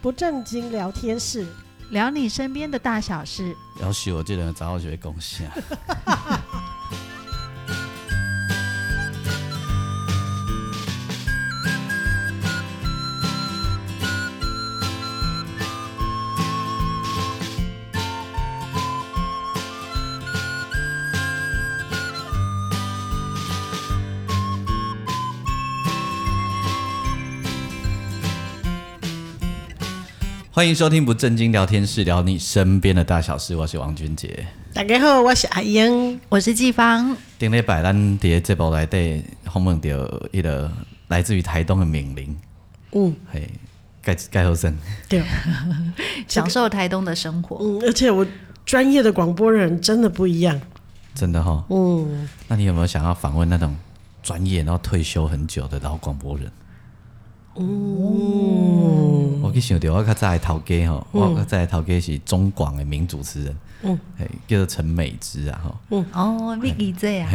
不正经聊天室， 聊你身边的大小事。 要是我这人早就会讲啥。欢迎收听不正经聊天室，聊你身边的大小事。我是王俊杰。 大家好，我是阿英， 我是季芳。 顶礼拜咱伫这部内底访问到一个来自于台东的敏玲，嘿，盖好生， 对， 享受台东的生活。 而且我专业的广播人真的不一样， 真的哈。那你有没有想要访问那种专业然后退休很久的老广播人？我去想到我较早的头家吼，我较早的头家是中广的名主持人，叫做陈美芝啊吼。 哦，你记这啊？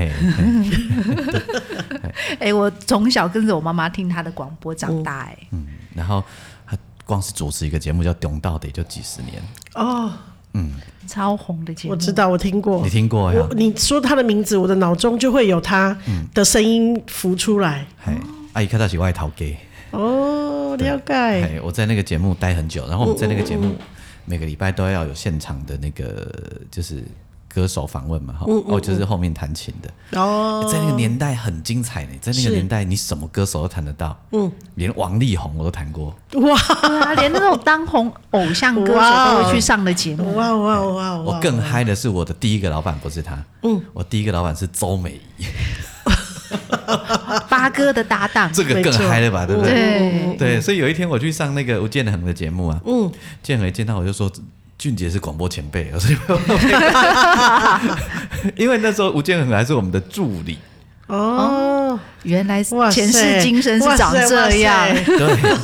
我从小跟着我妈妈听她的广播长大然后他光是主持一个节目叫《懂到底》就几十年哦。 超红的节目， 我知道，我听过。 你听过呀？ 你说他的名字，我的脑中就会有他的声音浮出来。 阿姨看到是我的头家。 哦，了解。 我在那个节目待很久，然后我们在那个节目每个礼拜都要有现场的那个就是歌手访问嘛，就是后面弹琴的。哦，在那个年代很精彩呢，在那个年代你什么歌手都弹得到，连王力宏我都弹过。 哇，连那种当红偶像歌手都会去上的节目。 哇！ 我更嗨的是我的第一个老板不是他，我第一个老板是周美仪。 八哥的搭档， 这个更嗨了吧，对不对？ 对， 所以有一天我去上那个吴建衡的节目啊，建衡见到我就说：“俊杰是广播前辈。”因为那时候吴建衡还是我们的助理。 哦，原来前世今生是长这样。 对。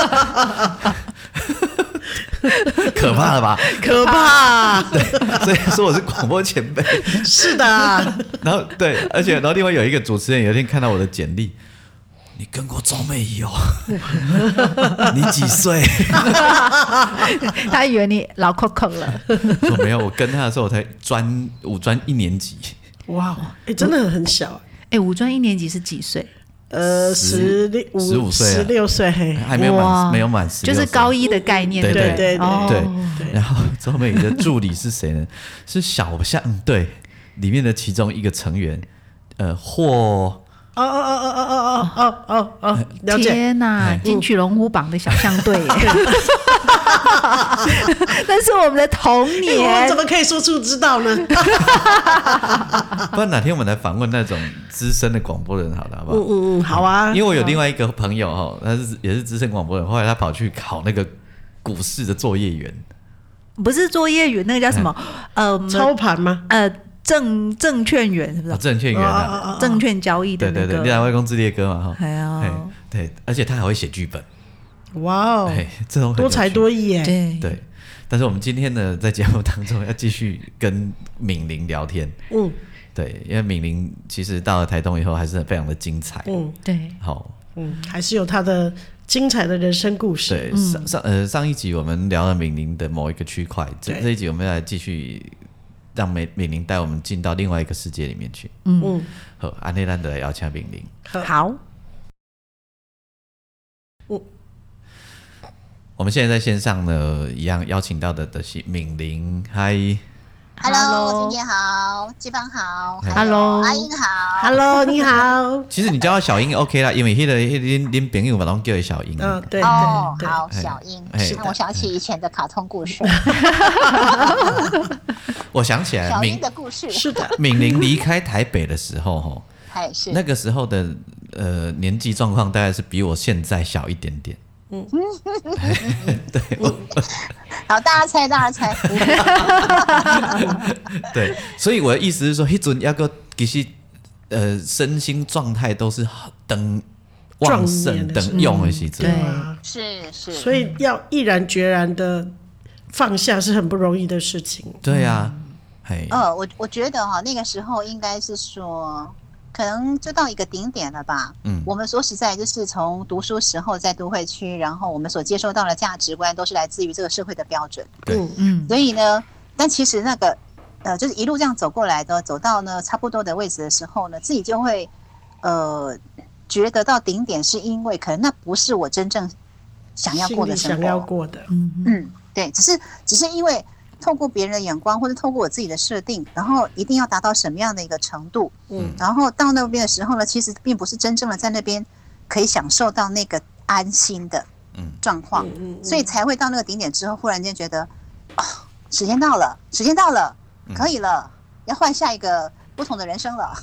可怕了吧？ 可怕。 对，所以说我是广播前辈。 是的。 然后对，而且然后另外有一个主持人有一天看到我的简历，你跟过周美仪哦？你几岁？ 他以为你老扣扣了。 说没有，我跟他的时候我才五专1年级。 哇，真的很小。 五专1年级是几岁 ？15岁 ，16岁， 还没有满16岁， 就是高一的概念。 对。 然后周美仪的助理是谁呢？是小象队里面的其中一个成员，霍。 了解。 天哪，金曲龙虎榜的小象队。那是我们的童年。 我怎么可以说出知道呢？ 不然哪天我们来访问那种资深的广播人好了，好不好？ 好啊。 因为我有另外一个朋友他也是资深广播人，后来他跑去考那个股市的作业员。 不是作业员，那个叫什么？ 操盘吗？ 证券员是不是？ 证券员啊， 证券交易的那个。 对，你来外公自列哥嘛对， 而且他还会写剧本。 哇哦， 这种多才多艺耶。 对。但是我们今天呢，在节目当中要继续跟敏玲聊天。对，因为敏玲其实到了台东以后还是非常的精彩。 对。 好。 还是有她的精彩的人生故事。 对，上一集我们聊了敏玲的某一个区块，这一集我们要来继续让敏玲带我们进到另外一个世界里面去。好，安内兰的来邀请敏玲。 好。 我们现在在线上呢，一样邀请到的是敏玲。嗨 ，Hello， 俊杰好，季芳好 ，Hello， 阿英好 ，Hello， 你好。 其实你叫她小英 OK 啦，因为恁朋友把拢叫小英。 对。 好，小英，让我想起以前的卡通故事。 我想起来， 小英的故事是的。 敏玲离开台北的时候， 是那个时候的年纪状况大概是比我现在小一点点。对。 好，大家猜。 对，所以我的意思是说，那阵那个其实身心状态都是等旺盛、等用的时候。 对， 是。 所以要毅然决然的放下是很不容易的事情。 对啊。 我觉得那个时候应该是说， 可能就到一个顶点了吧。我们说实在就是从读书时候在都会区，然后我们所接收到的价值观都是来自于这个社会的标准。 对， 所以呢，但其实那个就是一路这样走过来的，走到呢差不多的位置的时候呢，自己就会觉得到顶点，是因为可能那不是我真正想要过的生活， 想要过的。 对，只是因为透过别人的眼光，或者透过我自己的设定，然后一定要达到什么样的一个程度，然后到那边的时候呢，其实并不是真正的在那边可以享受到那个安心的状况，所以才会到那个顶点之后，忽然间觉得，时间到了，可以了，要换下一个不同的人生了。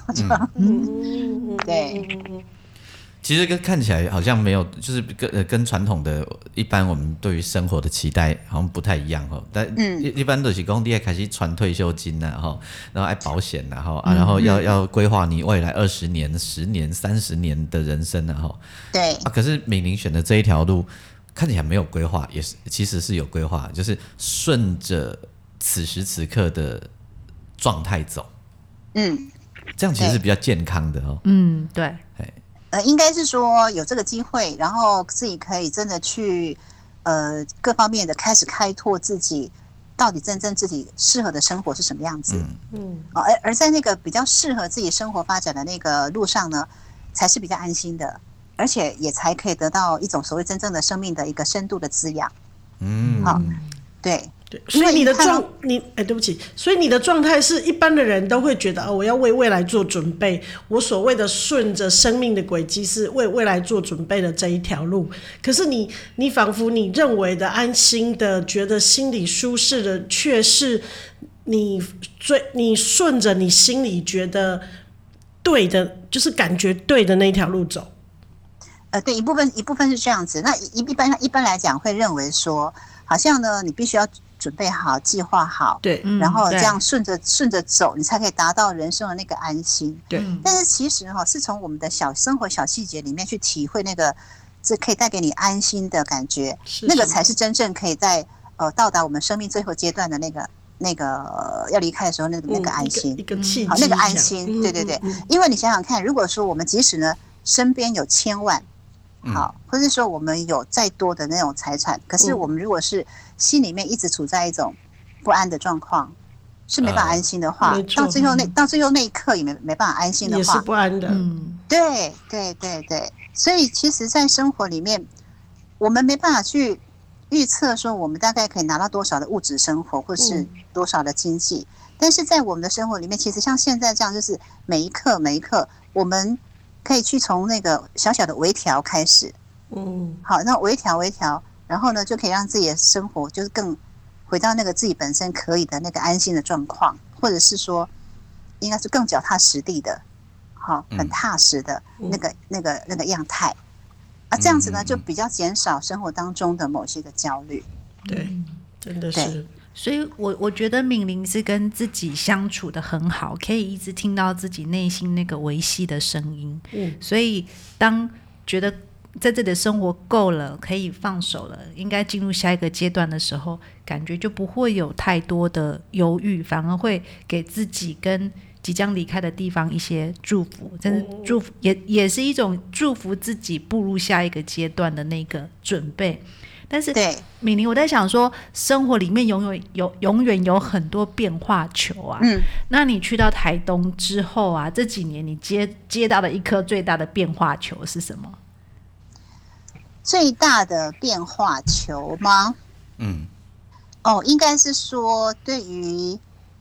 对。 其实看起来好像没有，就是跟传统的一般我们对于生活的期待好像不太一样。但一般都是说你要开始存退休金然后爱保险然后要规划你未来20年、10年、30年的人生对可是敏玲选的这一条路看起来没有规划，也是其实是有规划，就是顺着此时此刻的状态走。这样其实是比较健康的对。 应该是说有这个机会，然后自己可以真的去各方面的开始开拓自己到底真正自己适合的生活是什么样子。而在那个比较适合自己生活发展的那个路上呢，才是比较安心的，而且也才可以得到一种所谓真正的生命的一个深度的滋养。好，对。 所以你的对不起，所以你的状态是一般的人都会觉得我要为未来做准备，我所谓的顺着生命的轨迹是为未来做准备的这一条路。可是你仿佛你认为的安心的，觉得心里舒适的，却是你顺着你心里觉得对的，就是感觉对的那条路走。 对，一部分是这样子。那一般来讲会认为说，好像呢你必须要准备好、计划好， 对， 然后这样顺着走，你才可以达到人生的那个安心。 对， 但是其实是从我们的生活小细节里面去体会那个，这可以带给你安心的感觉，那个才是真正可以在到达我们生命最后阶段的那个要离开的时候那个安心， 一个契机， 好，那个安心，对，因为你想想看，如果说我们即使呢身边有千万。好，或是说我们有再多的那种财产，可是我们如果是心里面一直处在一种不安的状况，是没办法安心的话，到最后那一刻也没办法安心的话， 也是不安的。 对，所以其实在生活里面，我们没办法去预测说我们大概可以拿到多少的物质生活，或是多少的经济，但是在我们的生活里面，其实像现在这样，就是每一刻我们可以去从那个小小的微调开始，好，那微调，然后呢，就可以让自己的生活就是更回到那个自己本身可以的那个安心的状况，或者是说，应该是更脚踏实地的，好，很踏实的那个样态，这样子呢，就比较减少生活当中的某些个焦虑。 对，真的是。 所以我觉得敏玲是跟自己相处的很好，可以一直听到自己内心那个维系的声音。所以当觉得在这里的生活够了，可以放手了，应该进入下一个阶段的时候，感觉就不会有太多的忧郁，反而会给自己跟即将离开的地方一些祝福，真是祝福，也是一种祝福自己步入下一个阶段的那个准备。但是敏玲，我在想说，生活里面永远有很多变化球啊。那你去到台东之后啊，这几年你接到的一颗最大的变化球是什么？ 最大的变化球吗？应该是说对于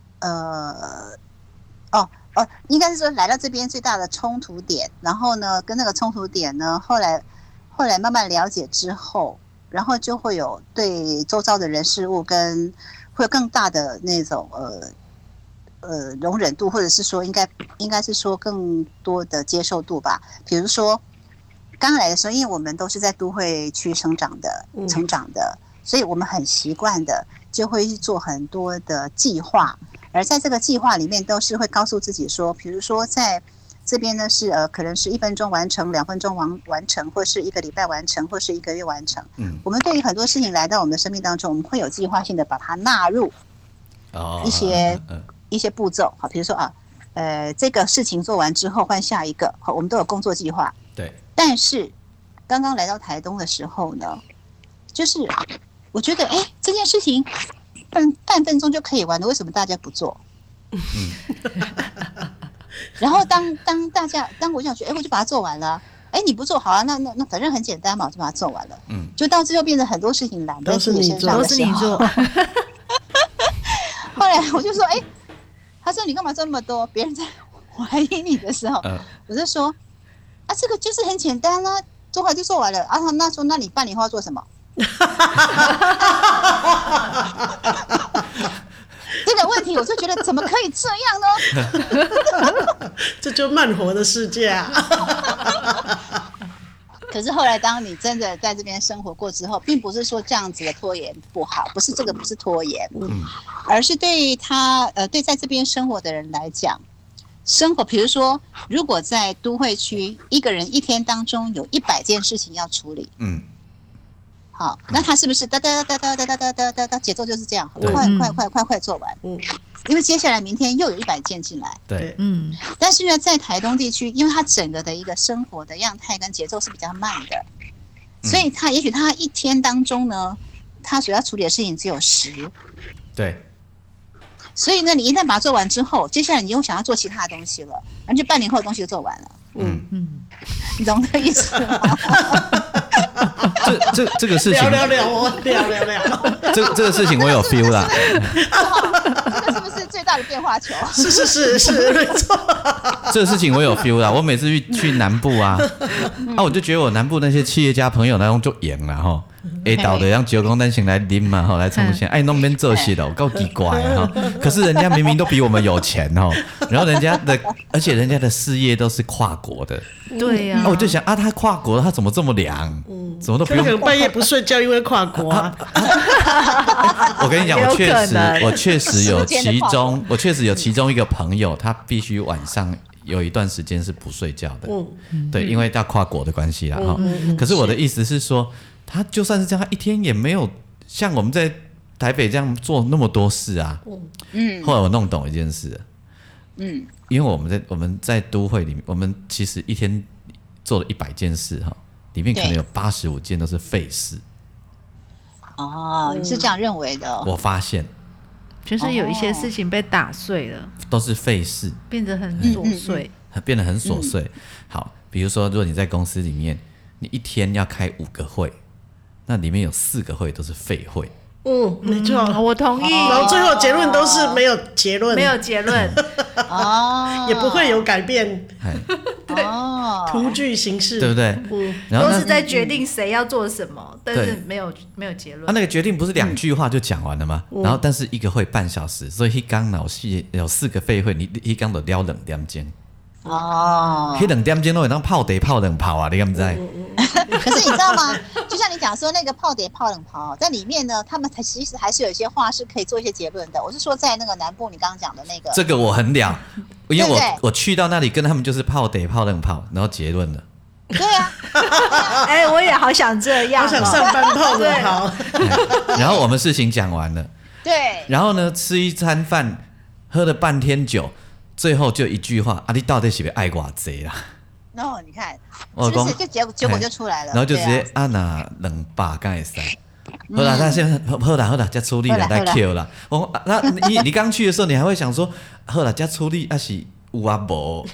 应该是说来到这边最大的冲突点，然后呢，跟那个冲突点呢，后来慢慢了解之后。然后就会有对周遭的人事物跟会有更大的那种容忍度，或者是说应该是说更多的接受度吧。比如说刚来的时候，因为我们都是在都会区成长的，所以我们很习惯的就会去做很多的计划，而在这个计划里面都是会告诉自己说，比如说在这边呢是可能是1分钟完成，2分钟完成，或是1个礼拜完成，或是1个月完成。我们对于很多事情来到我们的生命当中，我们会有计划性的把它纳入一些步骤。好，比如说这个事情做完之后换下一个，我们都有工作计划。 对。 但是刚刚来到台东的时候呢，就是我觉得，这件事情半分钟就可以完了，为什么大家不做？然后当我想说，我就把它做完了。你不做好啊？那反正很简单嘛，我就把它做完了。就到最后变成很多事情揽在自己身上的时候， 都是你做。 后来我就说，他说你干嘛做那么多？别人在怀疑你的时候，我就说这个就是很简单啦，做完就做完了啊。那说那你半年后要做什么？这个问题我就觉得怎么可以这样呢？这就慢活的世界啊！ 可是后来当你真的在这边生活过之后，并不是说这样子的拖延不好，不是这个不是拖延，而是对对在这边生活的人来讲，生活比如说如果在都会区，一个人一天当中有100件事情要处理，好，那他是不是哒哒哒哒哒哒哒哒哒哒，节奏就是这样，快做完。因为接下来明天又有100件进来。 对， 但是呢，在台东地区，因为它整个的一个生活的样态跟节奏是比较慢的，所以也许他一天当中呢，他所要处理的事情只有10。 对。 所以呢，你一旦把它做完之后，接下来你又想要做其他的东西了，而且半年后的东西就做完了。你懂这个意思吗？ 这个事情聊。 这个事情我有 feel 啦。 这个是不是最大的变化球？ 是，没错。 这个事情我有 feel 啦。我每次去南部啊，我就觉得我南部那些企业家朋友那种就赢了哈。到的让九公单先来拎嘛哈，来冲线，弄边做事的，够奇怪哈。可是人家明明都比我们有钱哈，然后而且人家的事业都是跨国的。 对呀。 我就想他跨国他怎么这么凉？怎么都不用。 可能半夜不睡觉，因为跨国啊。 我跟你讲，我确实有其中一个朋友，他必须晚上有一段时间是不睡觉的。对，因为要跨国的关系啦哈。可是我的意思是说，他就算是这样，他一天也没有像我们在台北这样做那么多事啊。后来我弄懂一件事，因为我们在都会里面，我们其实一天做了100件事哈，里面可能有85件都是废事。 你是这样认为的？ 我发现， 就是有一些事情被打碎了， 都是废事， 变得很琐碎， 变得很琐碎。好，比如说，如果你在公司里面，你一天要开5个会。那里面有4个会都是废会。 没错， 我同意。 然后最后结论都是没有结论，也不会有改变。图具形式， 对不对？ 然后都是在决定谁要做什么，但是没有结论。 那个决定不是2句话就讲完了吗？然后但是一个会半小时，所以一刚脑细有4个废会，你一刚就聊2点钟。那2点钟都会当泡茶泡冷泡啊，你敢不知道？ 可是你知道吗？就像你讲说那个泡茶泡冷泡，在里面呢，他们其实还是有一些话是可以做一些结论的。我是说，在那个南部，你刚刚讲的那个， 这个我很了，因为我去到那里跟他们就是泡茶泡冷泡，然后结论了。 对啊， 我也好想这样， 好想上班泡冷泡。 然后我们事情讲完了， 对， 然后呢，吃一餐饭，喝了半天酒。最后就一句话你到底是不是爱我贼啦？ 你看，是不是就结果就出来了？ 然后就直接那200敢会使？好啦，那先好啦，再处理了，再 Q 啦。那你刚去的时候，你还会想说，好啦，再处理还是有啊无？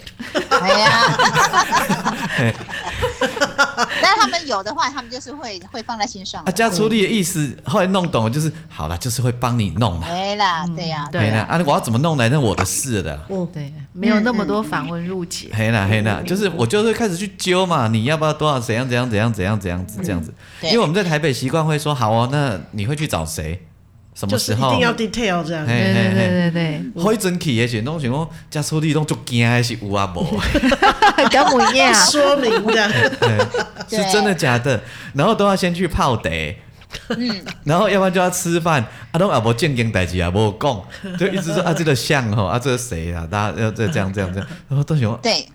但他们有的话，他们就是会放在心上。 加处理的意思后来弄懂了，就是好啦，就是会帮你弄啦。 对啦，对呀， 对啦。我要怎么弄来，那我的事的。 对，没有那么多繁文缛节。 黑啦，就是我就会开始去揪嘛，你要不要多少怎样这样子。因为我们在台北习惯会说好哦，那你会去找谁？什么时候？ 就是一定要 detail 这样。 对。 好阵去的时候，拢想讲加处理拢足惊的是有啊无？ 跟我一样， 说明的， 是真的假的？然后都要先去泡茶，然后要不然就要吃饭，都也无正经代志也无讲，就一直说这个像这个谁啊？大家要这样，然后都想对。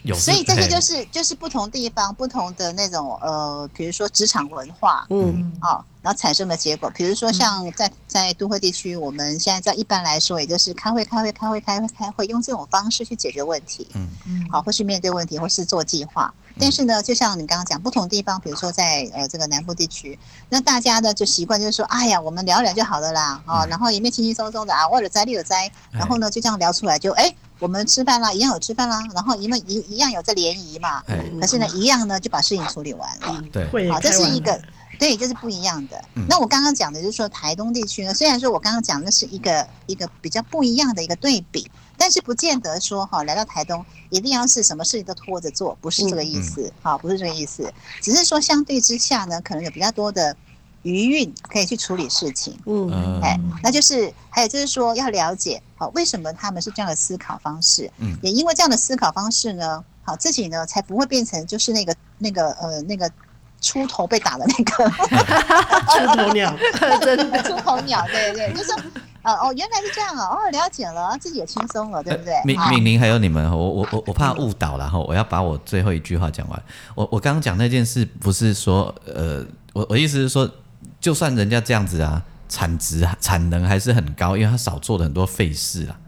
所以这些就是不同地方不同的那种比如说职场文化，然后产生的结果。比如说像在都会地区，我们现在在一般来说，也就是开会，用这种方式去解决问题，好，或是面对问题，或是做计划。但是呢，就像你刚刚讲，不同地方，比如说在这个南部地区，那大家呢就习惯就是说，哎呀，我们聊聊就好了啦，然后也没轻轻松松的啊，我有栽，你有栽，然后呢就这样聊出来，就我们吃饭啦，一样有吃饭啦，然后一样有在联谊嘛，可是呢一样呢就把事情处理完了， 对， 好，这是一个。对，这是不一样的。那我刚刚讲的就是说，台东地区呢，虽然说我刚刚讲的是一个比较不一样的一个对比，但是不见得说来到台东一定要是什么事情都拖着做，不是这个意思，不是这个意思，只是说相对之下呢，可能有比较多的余韵可以去处理事情。那就是还有就是说要了解为什么他们是这样的思考方式，也因为这样的思考方式呢，自己呢才不会变成就是那个出头被打的那个出头鸟， 真的出头鸟，对，就是原来是这样了解了，自己也轻松了，对不对？ 敏玲还有你们，我怕误导了，我要把我最后一句话讲完。我刚刚讲那件事，不是说我意思是说，就算人家这样子啊，产能还是很高，因为他少做了很多废事啦。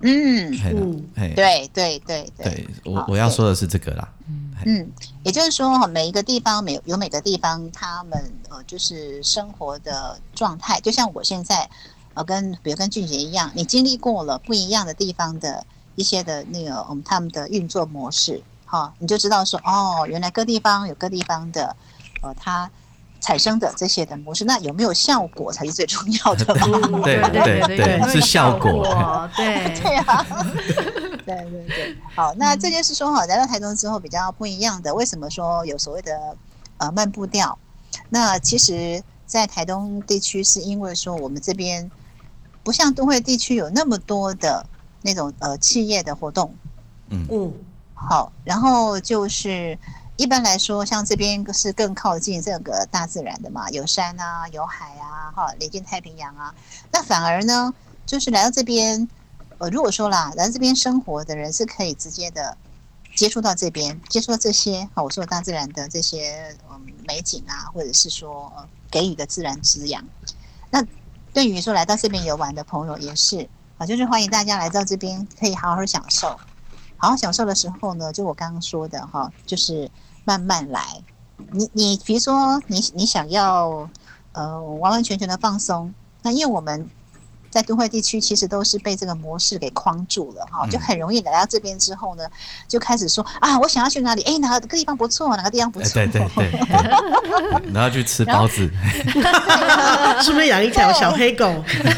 对，我要说的是这个啦。 也就是说，每一个地方有每个地方他们就是生活的状态，就像我现在比如跟俊杰一样，你经历过了不一样的地方的一些的那个他们的运作模式，你就知道说原来各地方有各地方的它产生的这些的模式，那有没有效果才是最重要的嘛？ 对，是效果， 对啊，对。好，那这就是说来到台东之后比较不一样的，为什么说有所谓的慢步调？那其实，在台东地区是因为说我们这边不像都会地区有那么多的那种企业的活动，好，然后就是一般来说，像这边是更靠近这个大自然的嘛，有山啊，有海啊，临近太平洋啊。那反而呢，就是来到这边，如果说啦，来到这边生活的人是可以直接的接触到这边，接触到这些我说大自然的这些美景啊，或者是说给予的自然滋养。那对于说来到这边游玩的朋友也是就是欢迎大家来到这边，可以好好享受。好好享受的时候呢，就我刚刚说的就是慢慢来。你比如说你想要完完全全的放松，那因为我们在都会地区其实都是被这个模式给框住了就很容易来到这边之后呢，就开始说我想要去哪里，哪个地方不错，哪个地方不错， 对，然后去吃包子， 顺便养一条小黑狗。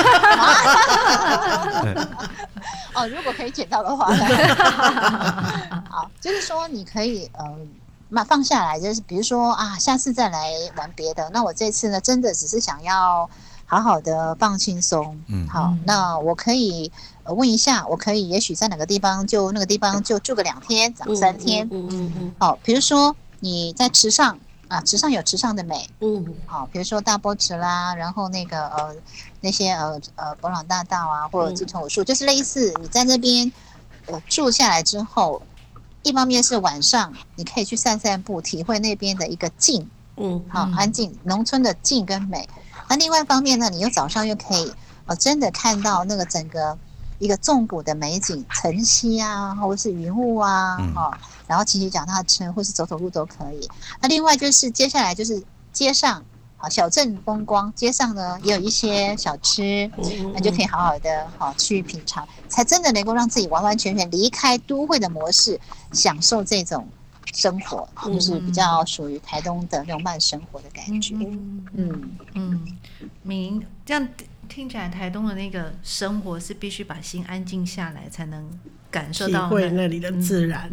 如果可以捡到的话，好，就是说你可以放下来，就是比如说下次再来玩别的。那我这次呢，真的只是想要好好的放轻松。好，那我可以问一下，我可以也许在哪个地方就那个地方就住个2天、3天。好，比如说你在池上。池上有池上的美，好，比如说大波池啦，然后那个那些博朗大道啊，或者金城武树，就是类似你在那边住下来之后，一方面是晚上你可以去散散步，体会那边的一个静，好安静，农村的静跟美。那另外一方面呢，你又早上又可以真的看到那个整个一个纵谷的美景，晨曦啊，或者是云雾啊，然后骑脚踏车或是走路都可以。那另外就是接下来就是街上小镇风光，街上呢也有一些小吃，那就可以好好的去品尝，才真的能够让自己完完全全离开都会的模式，享受这种生活，就是比较属于台东的那种慢生活的感觉。 这样听起来，台东的那个生活是必须把心安静下来，才能感受到体会那里的自然。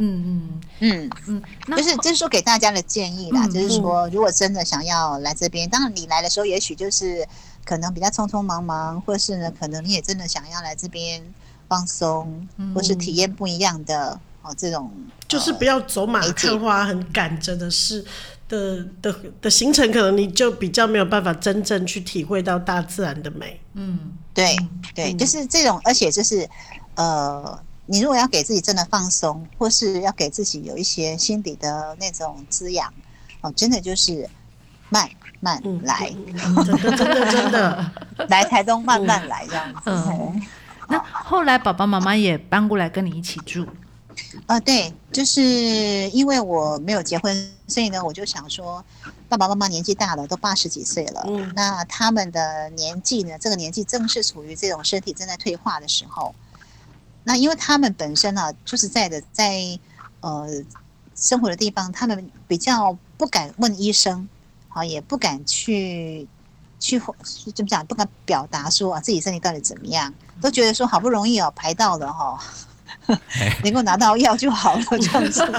就是说给大家的建议啦，就是说如果真的想要来这边，当然你来的时候也许就是可能比较匆匆忙忙，或是呢可能你也真的想要来这边放松，或是体验不一样的这种， 就是不要走马看花，很赶着的事。的行程，可能你就比较没有办法真正去体会到大自然的美。 对，就是这种，而且就是你如果要给自己真的放松，或是要给自己有一些心理的那种滋养，真的就是慢慢来， 真的来台东慢慢来这样子。 那后来爸爸妈妈也搬过来跟你一起住？ 对，就是因为我没有结婚，所以呢，我就想说，爸爸妈妈年纪大了，都80几岁了，那他们的年纪呢，这个年纪正是处于这种身体正在退化的时候。那因为他们本身啊，说实在的，在生活的地方，他们比较不敢问医生，也不敢去怎么讲，不敢表达说自己身体到底怎么样，都觉得说好不容易排到了能够拿到药就好了这样子。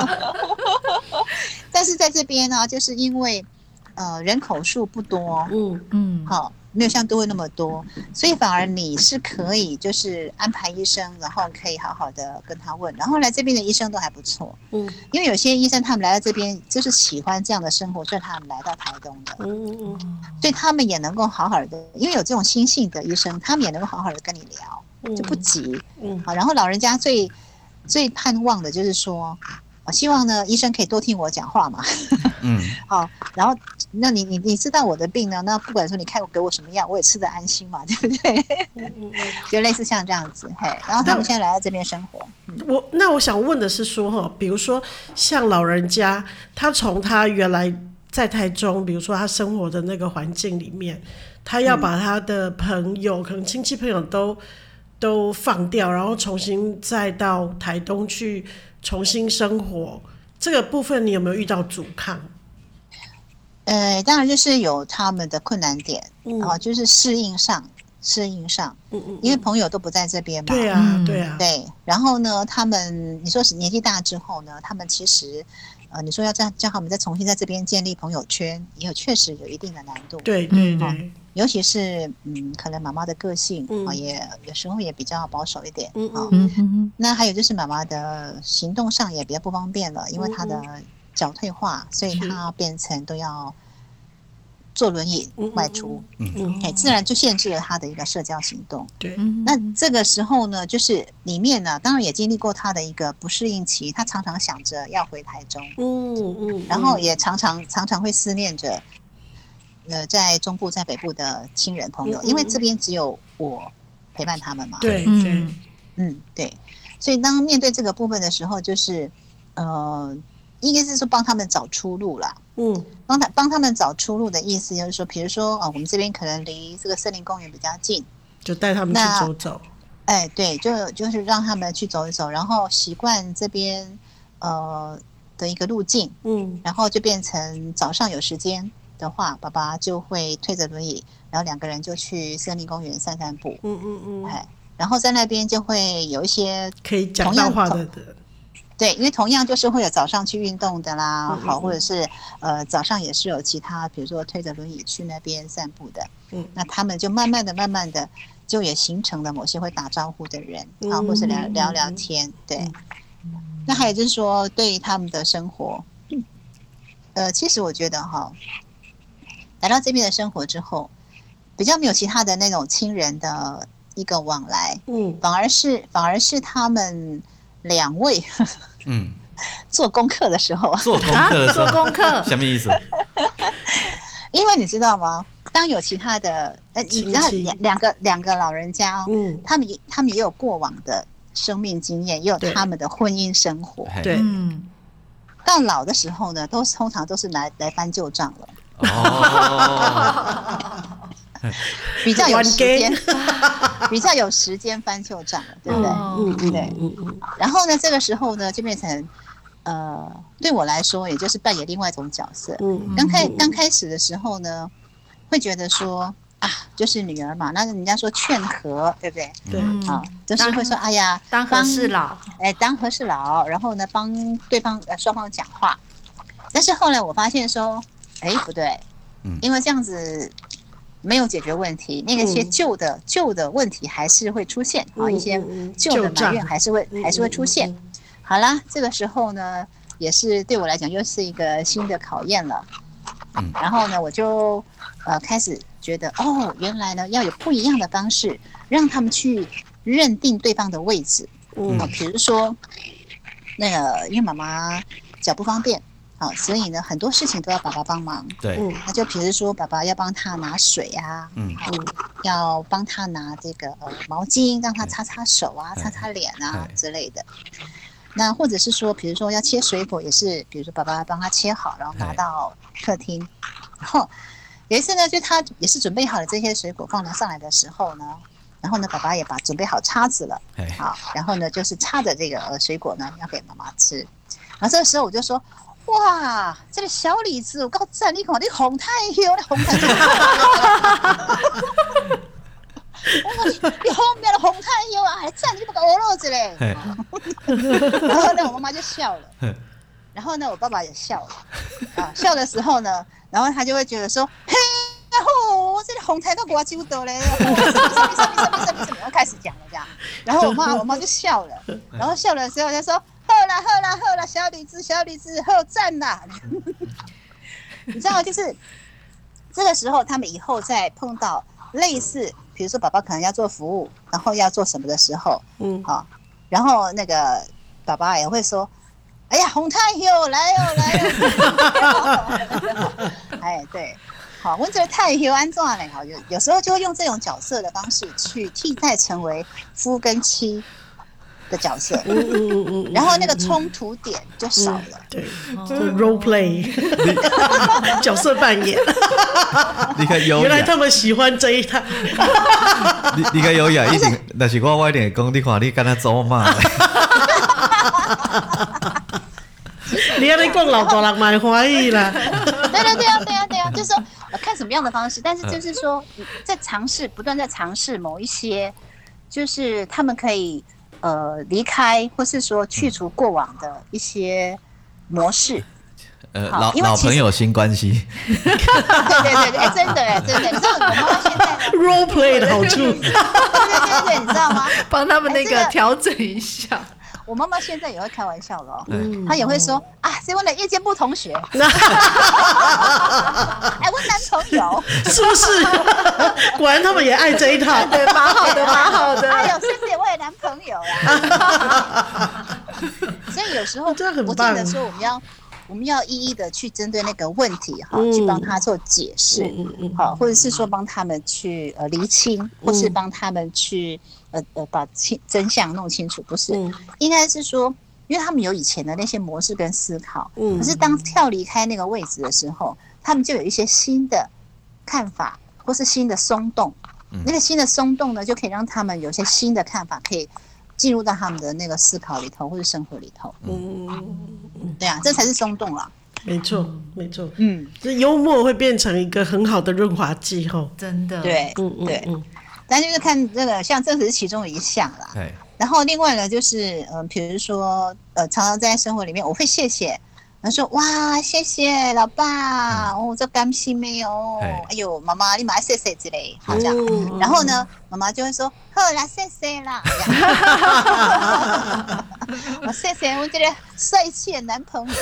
但是在这边呢，就是因为人口数不多，没有像都会那么多，所以反而你是可以就是安排医生，然后可以好好的跟他问，然后来这边的医生都还不错，因为有些医生他们来到这边就是喜欢这样的生活，所以他们来到台东的，所以他们也能够好好的，因为有这种心性的医生，他们也能够好好的跟你聊，就不急，然后老人家最盼望的就是说，希望呢医生可以多听我讲话嘛，然后那你知道我的病呢，那不管说你给我什么药，我也吃得安心嘛，对不对？就类似像这样子，然后他们现在来到这边生活。 那我想问的是说，比如说像老人家，他从他原来在台中，比如说他生活的那个环境里面，他要把他的朋友，可能亲戚朋友都放掉，然后重新再到台东去重新生活，这个部分你有没有遇到阻抗？ 当然就是有他们的困难点，就是适应上，因为朋友都不在这边嘛， 对啊， 对。然后呢，他们你说是年纪大之后呢，他们其实，你说要叫他们再重新在这边建立朋友圈，也确实有一定的难度。 对， 尤其是可能妈妈的个性也有时候也比较保守一点那还有就是妈妈的行动上也比较不方便了，因为她的脚退化，所以她变成都要坐轮椅外出，自然就限制了她的一个社交行动。 对， 那这个时候呢，就是里面呢，当然也经历过她的一个不适应期，她常常想着要回台中，然后也常常会思念着在中部在北部的亲人朋友，因为这边只有我陪伴他们嘛。 对， 对，所以当面对这个部分的时候，就是应该是说帮他们找出路啦。帮他们找出路的意思就是说，比如说我们这边可能离这个森林公园比较近， 就带他们去走走。 对，就是让他们去走一走，然后习惯这边的一个路径，然后就变成早上有时间的话，爸爸就会推着轮椅，然后2个人就去森林公园散散步。然后在那边就会有一些可以讲到话的。 对，因为同样就是会有早上去运动的啦，或者是早上也是有其他，比如说推着轮椅去那边散步的。那他们就慢慢的就也形成了某些会打招呼的人或是聊聊天。对，那还有就是说对于他们的生活，其实我觉得来到这边的生活之后，比较没有其他的那种亲人的一个往来，反而是他们2位做功课的时候， 做功课什么意思？ 因为你知道吗？当有其他的你知道两个老人家他们也有过往的生命经验，也有他们的婚姻生活。 对， 到老的时候呢，通常都是来翻旧账了。比较有时间，翻旧账了，对不对？对。然后呢，这个时候呢，就变成对我来说，也就是扮演另外一种角色。刚开始的时候呢，会觉得说就是女儿嘛，那人家说劝和，对不对？ 对， 就是会说哎呀， 当和事佬， 当和事佬，然后呢，帮对方双方讲话。但是后来我发现说，不对，因为这样子没有解决问题，那些旧的问题还是会出现一些旧的埋怨还是会出现。好啦，这个时候呢，也是对我来讲又是一个新的考验了。然后呢，我就开始觉得原来呢要有不一样的方式，让他们去认定对方的位置。 比如说那个因为妈妈脚不方便。所以呢，很多事情都要爸爸帮忙。 对， 那就比如说，爸爸要帮他拿水啊，要帮他拿这个毛巾，让他擦擦手啊、擦擦脸啊之类的。那或者是说，比如说要切水果，也是，比如说爸爸帮他切好，然后拿到客厅。然后有一次呢，就他也是准备好了这些水果放了上来的时候呢，然后呢，爸爸也准备好叉子了，好，然后呢，就是插着这个水果呢，要给妈妈吃。然后这个时候我就说。哇，这个小李子，我告赞你看，你红太香，你红太香，你后面的红太香啊，还赞你不给我肉子嘞。然后呢，我妈妈就笑了，然后呢，我爸爸也笑了，笑的时候呢，然后他就会觉得说，嘿，吼，这个红太都给我揪到嘞，什么，我开始讲了这样，然后我妈就笑了，然后笑的时候就说。好啦，小李子，好赞啦！你知道，就是这个时候，他们以后再碰到类似，比如说爸爸可能要做服务，然后要做什么的时候，然后那个爸爸也会说：“哎呀，红太哟，来哟！”哎，对，好，我这个太哟安怎呢？好，有时候就会用这种角色的方式去替代成为夫跟妻。的角色，然后那个冲突点就少了。 对，就 role play 角色扮演。 你看优雅， 原来他们喜欢这一套。 你看优雅一定，但是我一定会讲，你看你跟他走嘛。 你要你讲老大人蛮欢喜啦。 对啊，就是说看什么样的方式，但是就是说在不断在尝试某一些，就是他们可以。离开或是说去除过往的一些模式， 老朋友新关系。 对，真的，你知道我妈妈现在 role play 的好处， 对，你知道吗？ 帮他们那个调整一下。 我妈妈现在也会开玩笑了哦，她也会说啊，是我的夜间部同学，我男朋友， 是不是？果然他们也爱这一套， 对，蛮好的。 哎呦，谢谢我的男朋友啦。所以有时候我记得说我们要一一的去针对那个问题去帮他做解释，或者是说帮他们去厘清，或是帮他们去把真相弄清楚，不是，应该是说，因为他们有以前的那些模式跟思考，可是当跳离开那个位置的时候，他们就有一些新的看法，或是新的松动，那个新的松动呢，就可以让他们有些新的看法，可以进入到他们的那个思考里头，或者生活里头。对啊，这才是松动啦。 没错。这幽默会变成一个很好的润滑剂吼。 真的。 对。但就是看这个，像这只是其中一项啦。然后另外呢，就是比如说常常在生活里面，我会谢谢。他说：“哇，谢谢老爸，这甘心没有？哎呦，妈妈，你买谢谢之类，好这样。然后呢，妈妈就会说：好啦，谢谢啦。我谢谢我这个帅气的男朋友。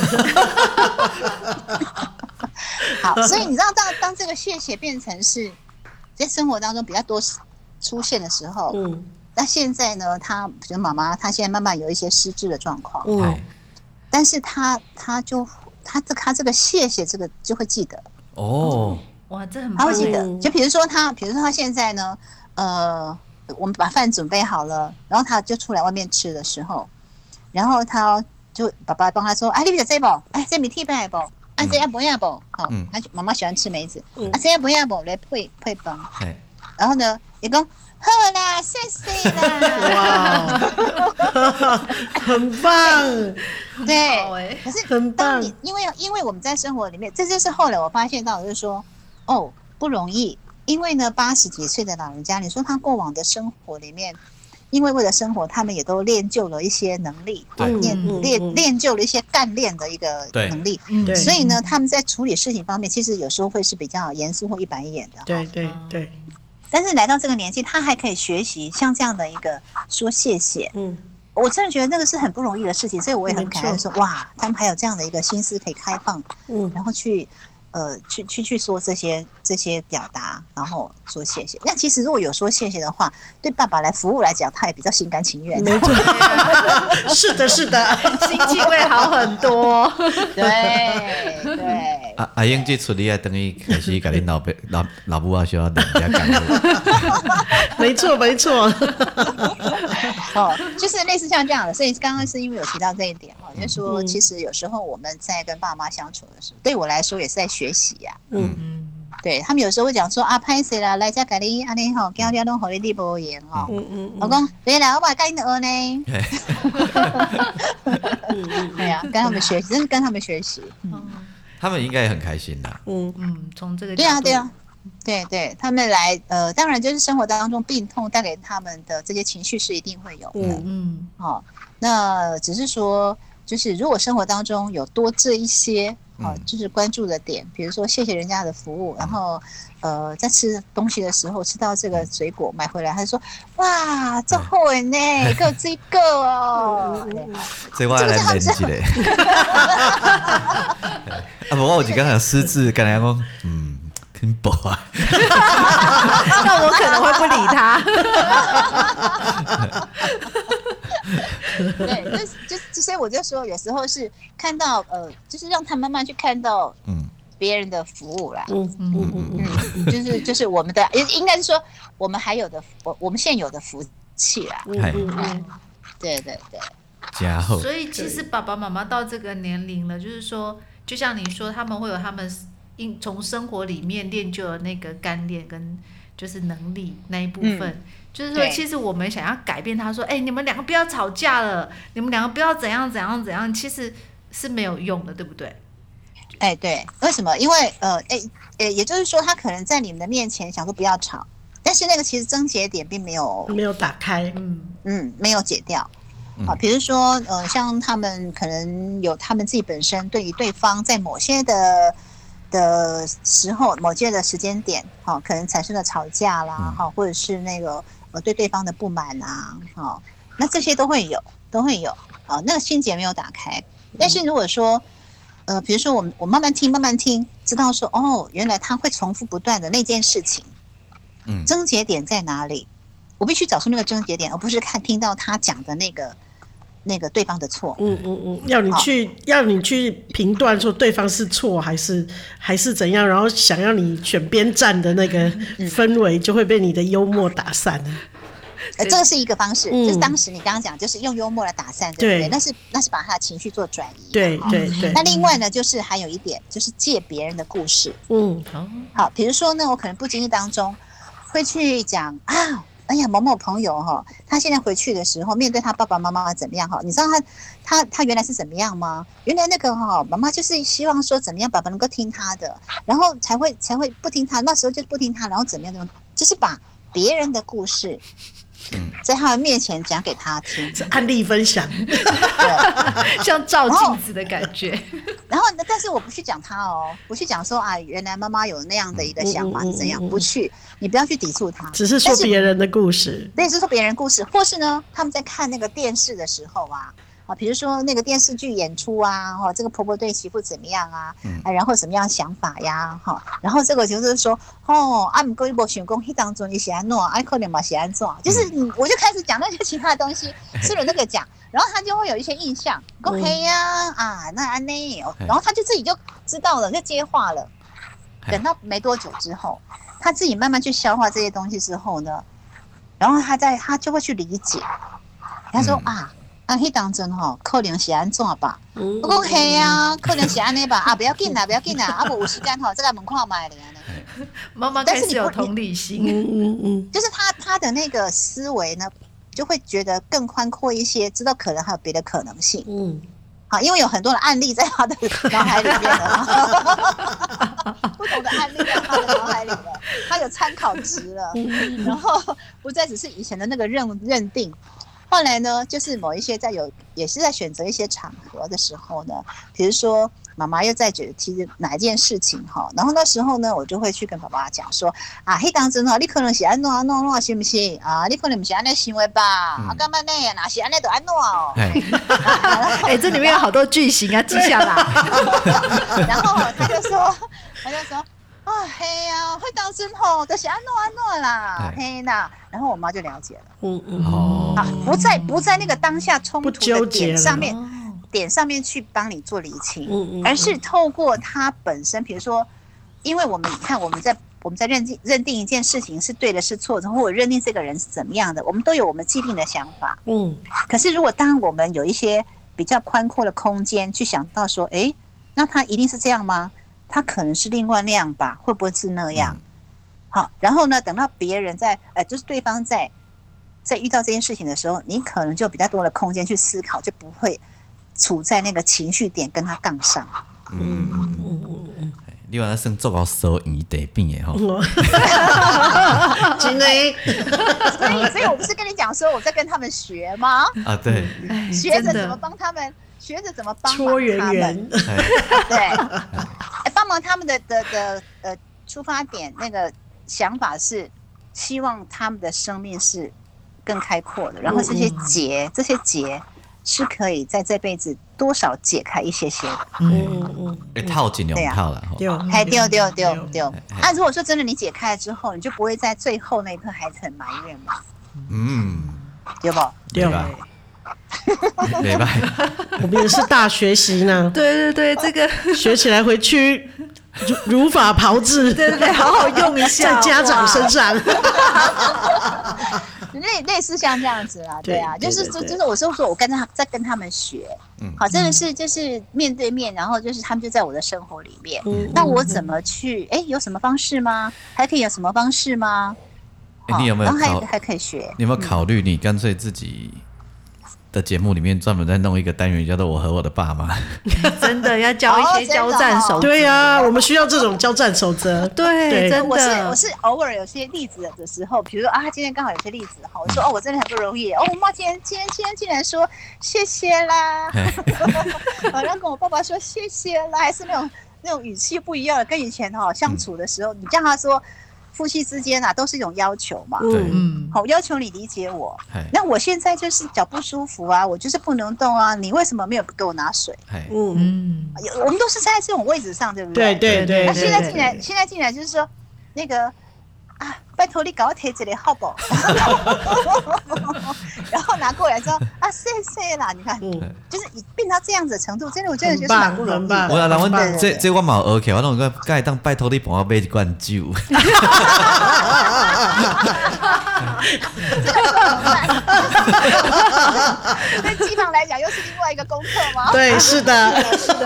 好，所以你知道，当这个谢谢变成是在生活当中比较多出现的时候，那现在呢，比如妈妈，她现在慢慢有一些失智的状况，但是他这个谢谢这个就会记得哦，哇，这很棒， 他会记得。就比如说他现在呢，我们把饭准备好了，然后他就出来外面吃的时候，然后他就爸爸帮他说，哎，你别这包，哎，这米替饭不，啊，这要不要不，好，他妈妈喜欢吃梅子，啊，这要不要不来配饭，然后呢，也讲。好啦，谢谢啦！ 哇，很棒， 对，可是很棒。 因为我们在生活里面，这就是后来我发现到，就是说，不容易。因为呢，80几岁的老人家，你说他过往的生活里面，因为为了生活，他们也都练就了一些能力，练就了一些干练的一个能力，所以呢，他们在处理事情方面，其实有时候会是比较严肃或一板一眼的。 对。 但是来到这个年纪，他还可以学习像这样的一个说谢谢，我真的觉得那个是很不容易的事情，所以我也很感恩说，哇，他们还有这样的一个心思可以开放，然后去去说这些表达，然后说谢谢。那其实如果有说谢谢的话，对爸爸来服务来讲，他也比较心甘情愿。 没错，是的，是的， 心情会好很多。 对对。 阿英这出你还等于开始给你老母需要人家感悟。 没错，没错。 就是类似像这样的，所以刚刚是因为有提到这一点就是说，其实有时候我们在跟爸妈相处的时候，对我来说也是在学习呀。对他们有时候会讲说啊，拍谁啦，来家给你安尼吼，叫你弄好你地不言我讲对啦，我把跟你学呢。对呀，跟他们学习，真是跟他们学习。 他们应该也很开心啦。 从这个对啊，对，他们来当然就是生活当中病痛带给他们的这些情绪是一定会有的。那只是说，就是如果生活当中有多这一些就是关注的点，比如说谢谢人家的服务，然后在吃东西的时候吃到这个水果买回来，他就说哇，这好的呢，给我这个哦。 这我来练一下。啊，不，我有一个人失智，跟人家讲，很薄啊。 那我可能会不理他。 对，所以我就说，有时候是看到就是让他慢慢去看到别人的服务啦。就是我们的，应该是说我们还有的我们现有的福气啦。对。 加厚。 所以其实爸爸妈妈到这个年龄了，就是说，就像你说，他们会有他们从生活里面练就的那个干练跟就是能力那一部分。就是说，其实我们想要改变他说，你们两个不要吵架了，你们两个不要怎样，其实是没有用的，对不对？ 对，为什么？因为也就是说，他可能在你们的面前想说不要吵，但是那个其实症结点并没有打开， 没有解掉。比如说像他们可能有他们自己本身对于对方在某些的时候，某些的时间点，可能产生了吵架啦，或者是那个对对方的不满啊，那这些都会有，那个心结没有打开。但是如果说比如说我慢慢听，知道说原来他会重复不断的那件事情，症结点在哪里？我必须找出那个症结点，而不是听到他讲的那个对方的错。 要你去评断说对方是错还是怎样，然后想要你选边站的那个氛围就会被你的幽默打散了。 这个是一个方式，就是当时你刚刚讲，就是用幽默来打散，对不对？那是把他的情绪做转移。对。那另外呢，就是还有一点，就是借别人的故事。好，比如说呢，我可能不经意当中会去讲哎呀，某某朋友他现在回去的时候，面对他爸爸妈妈怎么样你知道他原来是怎么样吗？原来那个妈妈就是希望说怎么样爸爸能够听他的，然后才会不听他，那时候就不听他，然后怎么样，就是把别人的故事在他的面前讲给他听， 案例分享， 像照镜子的感觉。 然后，但是我不去讲他不去讲说原来妈妈有那样的一个想法是怎样，不去，你不要去抵触他， 只是说别人的故事， 对，是说别人故事，或是呢，他们在看那个电视的时候比如说那个电视剧演出这个婆婆对媳妇怎么样然后什么样的想法呀然后这个就是说不过你没想说那当中你是怎样可能嘛是怎样，就是我就开始讲那些其他的东西，顺着那个讲，然后他就会有一些印象，说嘿呀那这样，然后他就自己就知道了，就接话了。等到没多久之后，他自己慢慢去消化这些东西之后呢，然后他就会去理解，他说那当中可能是怎样吧？我说嘿呀，可能是这样吧？不要紧啦，有时间再来门口买的。 妈妈开始有同理心， 就是他的那个思维呢，就会觉得更宽阔一些，知道可能还有别的可能性。因为有很多的案例在他的脑海里面了，不同的案例在他的脑海里了，他有参考值了，然后不再只是以前的那个认定。后来呢，就是某一些也是在选择一些场合的时候呢，比如说妈妈又在提哪一件事情然后那时候呢，我就会去跟爸爸讲说那当中你可能是怎样是不是你可能不是这样想的吧？干嘛呢？哪是这样就这样这里面有好多句型记下来。 然后他就说他就说啊嘿呀，会当真吼，就是安诺啦，嘿呐，然后我妈就了解了，啊，不在那个当下冲突的点上面去帮你做厘清，而是透过它本身，比如说，因为我们看我们在认定一件事情是对的是错的，或者认定这个人是怎么样的，我们都有我们既定的想法，可是如果当我们有一些比较宽阔的空间去想到说，哎，那他一定是这样吗？他可能是另外那样吧，会不会是那样？好，然后呢，等到别人就是对方在遇到这件事情的时候，你可能就有比较多的空间去思考，就不会处在那个情绪点跟他杠上。 你话算做到收圆地边的吼， 真的。 所以我不是跟你讲说我在跟他们学吗？ 啊，对， 学着怎么帮他们，学着怎么帮忙搓圆圆， 对，帮忙他们的出发点那个想法是希望他们的生命是更开阔的，然后这些结是可以在这辈子多少解开一些些的。 套尽量套了， 对。那如果说真的你解开了之后，你就不会在最后那一刻还是很埋怨嘛？对不？ 对吧？没办法， 我们也是大学习呢。 对，这个学起来回去如法炮制， 对，好好用一下， 在家长身上。 类似像这样子啦，对啊，就是我是说我在跟他们学，好，真的是就是面对面，然后就是他们就在我的生活里面，那我怎么去？有什么方式吗？还可以有什么方式吗？ 你有没有还可以学？ 你有没有考虑你干脆自己的节目里面专门在弄一个单元叫做我和我的爸妈？ 真的要教一些交战守则。 对啊，我们需要这种交战守则。 对，真的。 我是偶尔有些例子的时候，比如说今天刚好有些例子哈，我说我真的很不容易。我妈今天竟然说谢谢啦，然后跟我爸爸说谢谢啦，还是那种语气不一样的，跟以前相处的时候，你叫他说。夫妻之间都是一种要求嘛，好，要求你理解我。那我现在就是脚不舒服啊，我就是不能动啊，你为什么没有给我拿水？我们都是站在这种位置上，对不对？ 对。 那现在进来就是说，那个拜托你给我提一个好不好？然后拿过来之后谢谢啦，你看，就是变到这样子的程度，真的我真的觉得是蛮不容易的。 我人阮这我嘛有学起，我拢个该当拜托你帮我买一罐酒。 对机房来讲，又是另外一个功课吗？ 对，是的。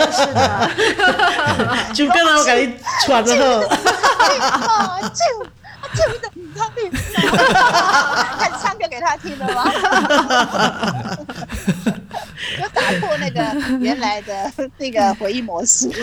就刚才我给你传了后。真的，看唱歌给他听了吗？就打破那个原来的那个回忆模式，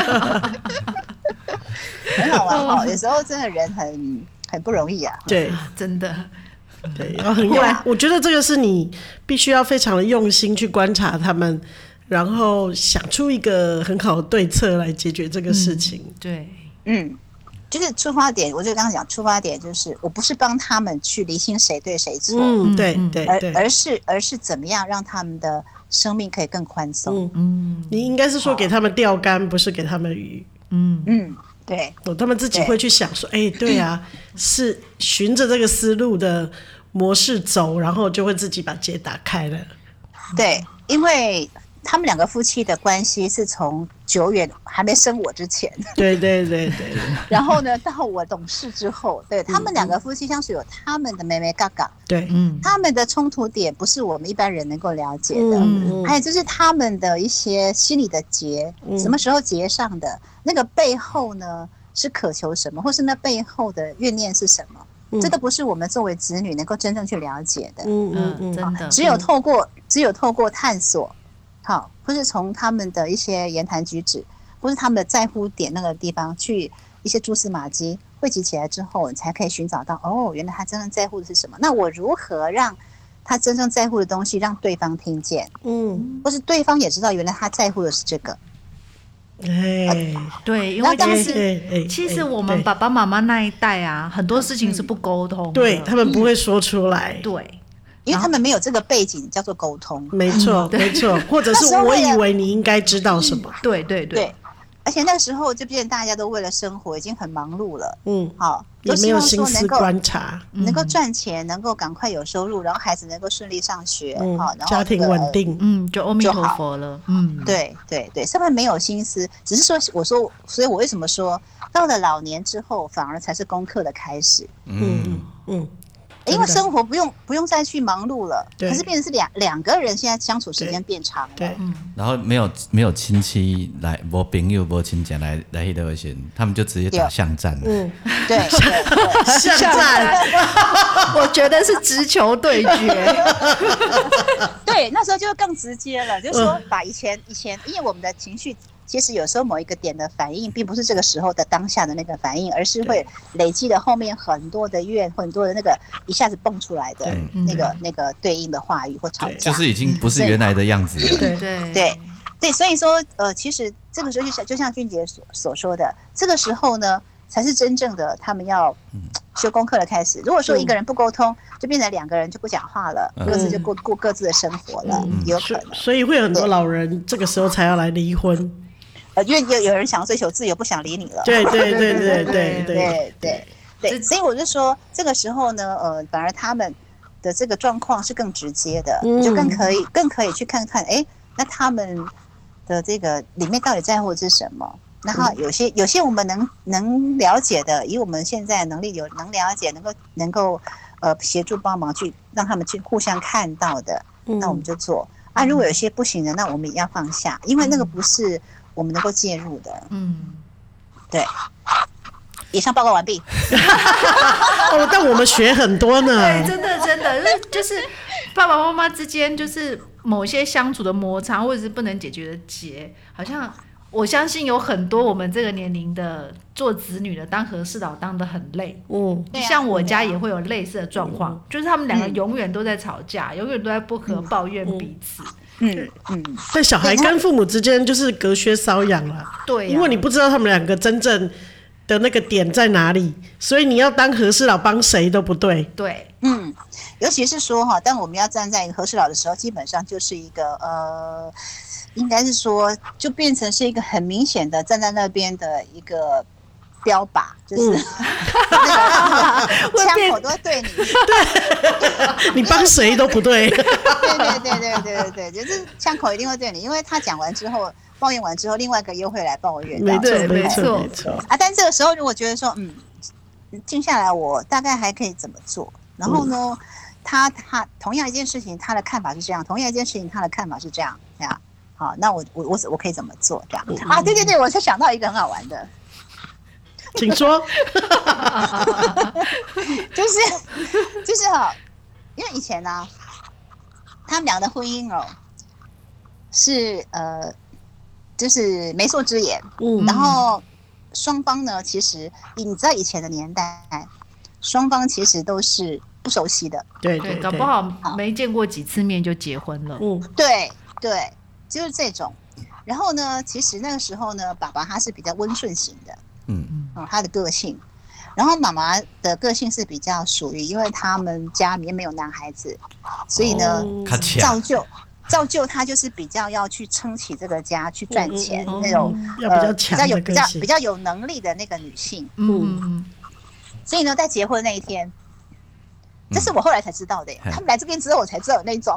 很好玩哈。有时候真的人很不容易啊。 对， 真的。 对，然后很用。我觉得这个是你必须要非常的用心去观察他们，然后想出一个很好的对策来解决这个事情。 对， 就是出发点，我就刚刚讲，出发点就是我不是帮他们去厘清谁对谁错， 对， 而是怎么样让他们的生命可以更宽松。 你应该是说给他们钓竿，不是给他们鱼。 对， 他们自己会去想说，对啊，是循着这个思路的模式走，然后就会自己把结打开了。 对，因为他们两个夫妻的关系是从久远还没生我之前， 对， 然后呢，到我懂事之后，对他们两个夫妻相处有他们的妹妹嘎嘎， 对， 他们的冲突点不是我们一般人能够了解的，还有就是他们的一些心理的结，什么时候结上的，那个背后呢是渴求什么，或是那背后的怨念是什么，这都不是我们作为子女能够真正去了解的， 真的， 只有透过探索。好，或是从他们的一些言谈举止，或是他们的在乎点那个地方去一些蛛丝马迹汇集起来之后，你才可以寻找到原来他真正在乎的是什么。那我如何让他真正在乎的东西让对方听见？或是对方也知道原来他在乎的是这个。 对，因为其实我们爸爸妈妈那一代很多事情是不沟通的， 对他们不会说出来， 对。 因为他们没有这个背景叫做沟通， 没错，或者是我以为你应该知道什么， 对， 而且那个时候就变成大家都为了生活已经很忙碌了，好， 也没有心思观察， 能够赚钱，能够赶快有收入，然后孩子能够顺利上学，好，然后家庭稳定， 就阿弥陀佛了， 对对对，上面没有心思，只是说所以我为什么说到了老年之后，反而才是功课的开始，因为生活不用再去忙碌了，可是变成是两个人现在相处时间变长了， 然后没有亲戚来，没朋友没亲戚来那个时候，他们就直接打巷战了。 对， 巷战， 我觉得是直球对决。 对，那时候就更直接了，就是说把以前，因为我们的情绪。其实有时候某一个点的反应，并不是这个时候的当下的那个反应，而是会累积的后面很多的怨，很多的那个一下子蹦出来的那个对应的话语或吵架， 就是已经不是原来的样子了。 对，所以说其实这个时候就像俊杰所说的，这个时候呢，才是真正的他们要修功课的开始。如果说一个人不沟通，就变成两个人就不讲话了，各自就过各自的生活了，有可能。 所以会有很多老人这个时候才要来离婚。 因为有人想要追求自由，不想理你了。 对， 所以我就说，这个时候呢，反而他们的这个状况是更直接的，就更可以去看看，那他们的这个里面到底在乎的是什么？然后有些我们能了解的，以我们现在能力能了解，能够协助帮忙去让他们去互相看到的，那我们就做啊。如果有些不行的，那我们也要放下，因为那个不是我们能够介入的。对。以上报告完毕。 但我们学很多呢。 对，真的，就是爸爸妈妈之间，就是某些相处的摩擦，或者是不能解决的结，好像我相信有很多我们这个年龄的做子女的，当和事佬当得很累。像我家也会有类似的状况，就是他们两个永远都在吵架，永远都在不和抱怨彼此。 但小孩跟父母之间就是隔靴搔痒了。对，因为你不知道他们两个真正的那个点在哪里，所以你要当和事佬帮谁都不对。 对， 尤其是说当我们要站在一个和事佬的时候，基本上就是一个应该是说就变成是一个很明显的站在那边的一个标靶，就是枪口都会对你， 对，你帮谁都不对。 对，就是枪口一定会对你，因为他讲完之后。抱怨完之后，另外一个又会来抱怨。 没错但这个时候如果觉得说，静下来，我大概还可以怎么做？然后呢，他同样一件事情，他的看法是这样；同样一件事情，他的看法是这样。好，那我可以怎么做？这样对，我才想到一个很好玩的， 请说。 就是因为以前呢，他们俩的婚姻是就是媒妁之言，然后双方呢，其实你知道以前的年代，双方其实都是不熟悉的， 对，搞不好没见过几次面就结婚了， 对，就是这种。然后呢，其实那个时候呢，爸爸他是比较温顺型的，他的个性，然后妈妈的个性是比较属于，因为他们家里面没有男孩子，所以呢，造就他就是比较要去撑起这个家，去赚钱那种， 要比较强的个性， 比较有能力的那个女性。所以呢，在结婚那一天，这是我后来才知道的。他们来这边之后，我才知道有那种，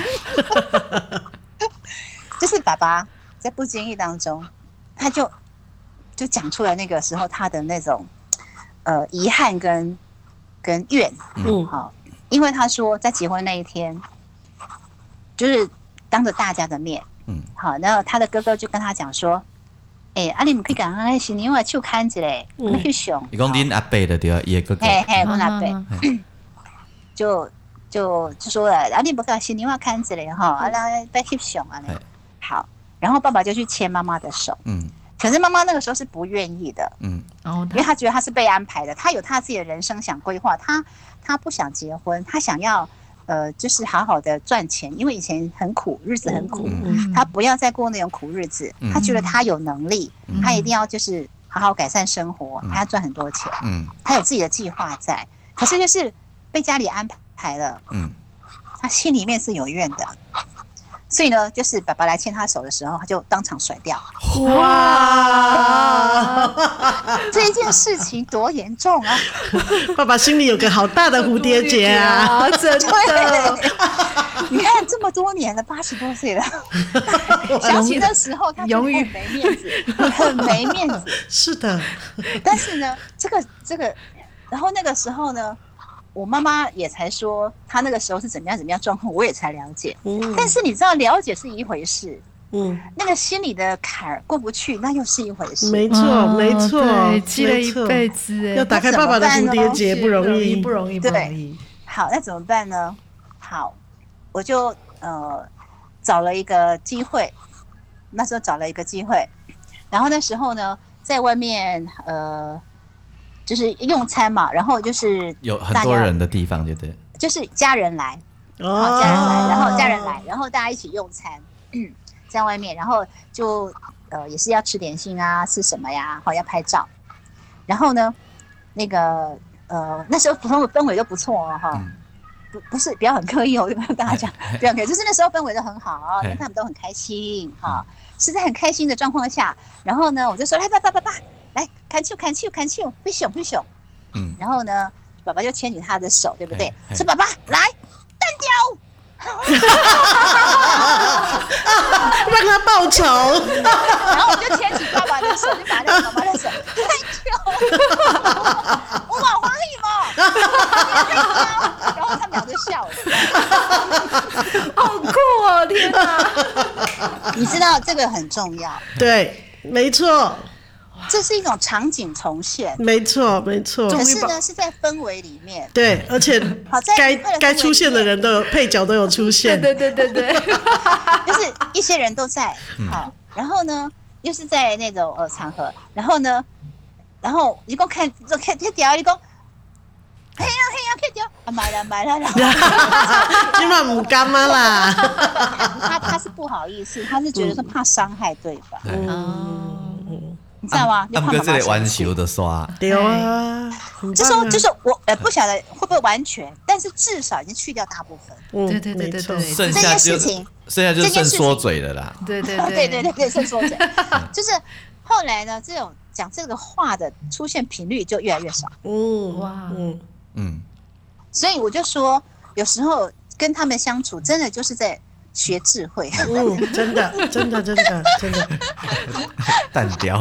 就是爸爸在不经意当中，他就讲出来那个时候他的那种遗憾跟怨。因为他说在结婚那一天。就是当着大家的面，好，然后他的哥哥就跟他讲说，你们可以赶快那新年我手看一下，那去想。 你讲恁阿伯的对啊，伊个哥哥。 我阿伯就说了，你不赶新年我看一下哈，来拜去想啊。好，然后爸爸就去牵妈妈的手，可是妈妈那个时候是不愿意的，因为他觉得他是被安排的，他有他自己的人生想规划，他不想结婚，他想要。就是好好的赚钱，因为以前很苦，日子很苦，他不要再过那种苦日子，他觉得他有能力，他一定要就是好好改善生活，他要赚很多钱，他有自己的计划在，可是就是被家里安排了，他心里面是有怨的， 所以呢，就是爸爸来牵他手的时候，他就当场甩掉。 哇， 这件事情多严重啊！ 爸爸心里有个好大的蝴蝶结啊！ 真的。 你看这么多年了，80多岁了，想起那时候他就很没面子，很没面子。 是的， 但是呢，这个，然后那个时候呢，我妈妈也才说她那个时候是怎么样状况，我也才了解。但是你知道，了解是一回事，那个心里的坎儿过不去，那又是一回事。 没错，没错， 对，记了一辈子， 要打开爸爸的蝴蝶结不容易， 不容易。 好，那怎么办呢？好，我就找了一个机会，那时候找了一个机会，然后那时候呢，在外面就是用餐嘛，然后就是有很多人的地方，对不对？ 就是家人来，家人来，然后家人来，然后大家一起用餐，在外面，然后就也是要吃点心啊，吃什么呀？好，要拍照，然后呢，那个那时候氛围都不错哦，哈。不是，不要很刻意哦，我就跟大家讲，不要刻意，就是那时候氛围都很好，因为他们都很开心哈，是在很开心的状况下，然后呢，我就说来爸，来看球，不熊，然后呢，爸爸就牵起他的手，对不对？说爸爸来单挑， 让他报仇， 然后我就牵起爸爸的手，就把那个妈妈的手单挑，我好欢喜嘛，然后他们俩就笑了， 好酷哦！天哪， 你知道这个很重要， 对，没错。 这是一种场景重现， 没错。可是呢，是在氛围里面， 对，而且该出现的人都有，配角都有出现， 对， 就是一些人都在，好，然后呢，又是在那种场合，然后呢，一共看掉，一共。嘿呀，看掉啊！买了，然后你嘛唔甘嘛啦。 他是不好意思，他是觉得说怕伤害对方，你知道吗？ 他们跟这里玩球的刷， 对啊。 就是我不晓得会不会完全，但是至少已经去掉大部分。 对， 剩下就剩说嘴了啦。 对，剩说嘴，就是后来呢，这种讲这个话的出现频率就越来越少。所以我就说，有时候跟他们相处，真的就是在学智慧。 真的。 淡雕。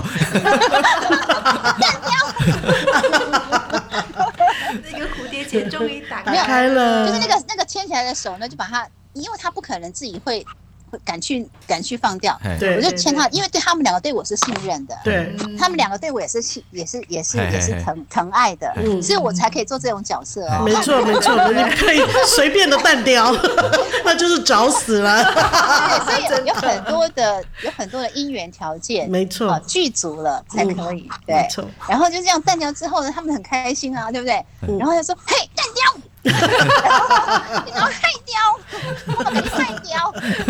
那个蝴蝶结终于打开了， 就是那个牵起来的手呢，就把它，因为他不可能自己会敢去放掉，我就牵他，因为对他们两个对我是信任的， 对， 他们两个对我也是疼爱的，所以我才可以做这种角色哦。 没错，你可以随便的淡掉，那就是找死了。 对，所以有很多的因缘条件， 没错， 具足了才可以。对， 没错。 然后就这样淡掉之后呢，他们很开心啊，对不对？然后就说：“嘿，淡掉。”然后害掉，我给你害掉。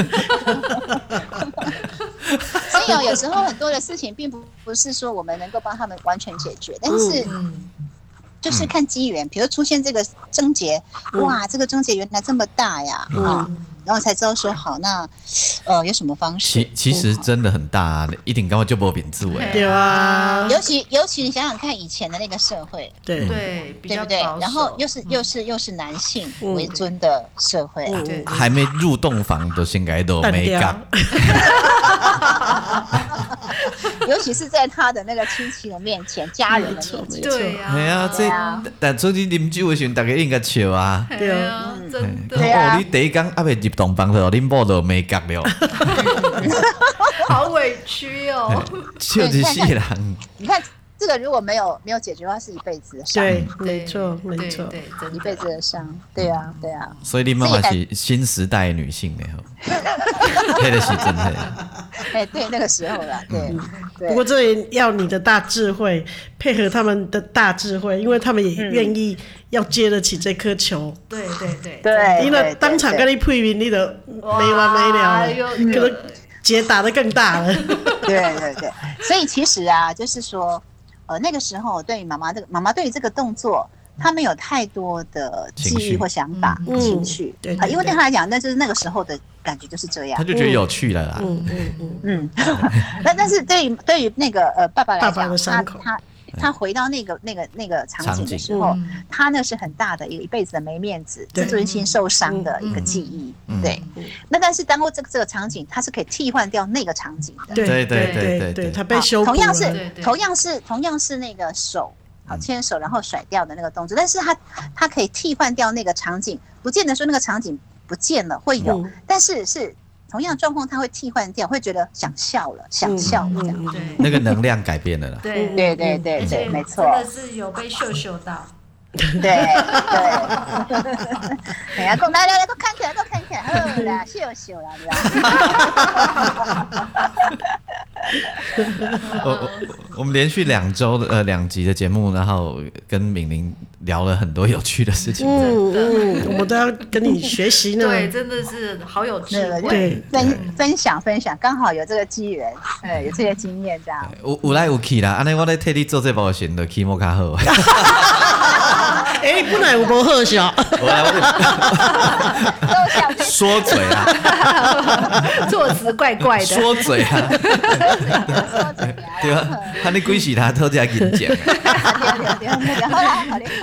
所以有时候很多的事情，并不是说我们能够帮他们完全解决，但是就是看机缘，比如出现这个症结，哇，这个症结原来这么大呀，然后才知道说好，那有什么方式？ 其实真的很大啊，一定根本就没秉住哎。 对啊， 尤其你想想看，以前的那个社会， 对， 对不对？然后又是男性为尊的社会， 还没入洞房都先改都没干。 尤其是在他的那个亲戚的面前、家人的面前， 对啊， 对啊，但出去啉酒的时候，大家应该笑啊。 对啊，真的。 你第一天还没入洞房的，恁某就没干了。 好委屈哦。 笑一世人。 你看这个如果没有解决的话，是一辈子的伤。 对，没错， 一辈子的伤。对啊。 所以你妈妈是新时代女性的吼，那个是真的。 对，那个时候啦，对。 不过这也要你的大智慧配合他们的大智慧，因为他们也愿意要接得起这颗球。 对， 因为当场跟你配面，你都没完没了，可能结打得更大了。 对，所以其实啊，就是说，那个时候对于妈妈对于这个动作，她没有太多的记忆或想法、情绪，因为对她来讲，那就是那个时候的感觉就是这样， 他就觉得有趣了啦。 但是对于那个爸爸来讲，他回到那个场景的时候，他那是很大的一辈子的没面子、自尊心受伤的一个记忆。对，那但是当过这个场景，他是可以替换掉那个场景的。 对， 他被修补了。 同样是那个手。好，牵手然后甩掉的那个动作，但是他可以替换掉那个场景，不见得说那个场景不见了会有，但是是同样的状况，他会替换掉，会觉得想笑了这样， 那个能量改变了啦。 对，没错， 真的是有被秀到。 对，哎呀，讲来，都看起来，好啦，秀啦， 我们连续2周的2集的节目，然后跟敏玲聊了很多有趣的事情。 我们都要跟你学习呢。 对，真的是好有智慧。 对， 分享，刚好有这个机缘，有这些经验这样。 有来有去啦，安尼我在替你做这保险的，起码较好。 你本来有无好笑？ 说嘴啊， 措辞怪怪的。 说嘴啊，对啊，他那几时他偷这样跟你讲。 对，好啦，好嘞，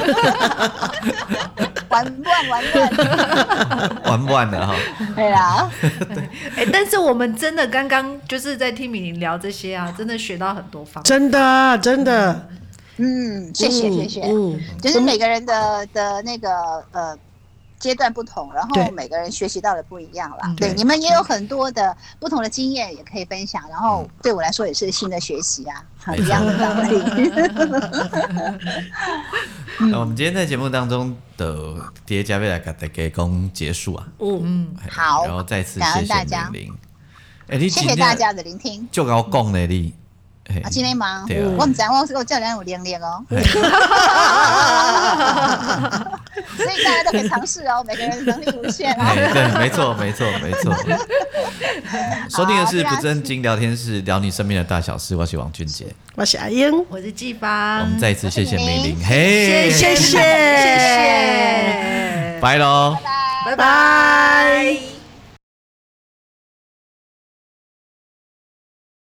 玩不完的哈。 对啦， 但是我们真的刚刚就是在听敏玲聊这些啊，真的学到很多方法。 真的。 谢谢。就是每个人的那个阶段不同，然后每个人学习到的不一样啦。对，你们也有很多的不同的经验也可以分享，然后对我来说也是新的学习啊，一样的道理。 我们今天在节目当中的叠加未来给大家讲结束啊。 好， 然后再次谢谢敏玲。 谢谢大家的聆听。 就跟我讲的你。 真的吗？我不知道，我叫人有练哦。所以大家都可以尝试哦，每个人能力无限哦。 对，没错。收听的是不正经聊天室，聊你身边的大小事。我是王俊杰， 我是阿英， 我是季芳。 我们再次谢谢敏玲， 谢谢， 拜喽， 拜拜。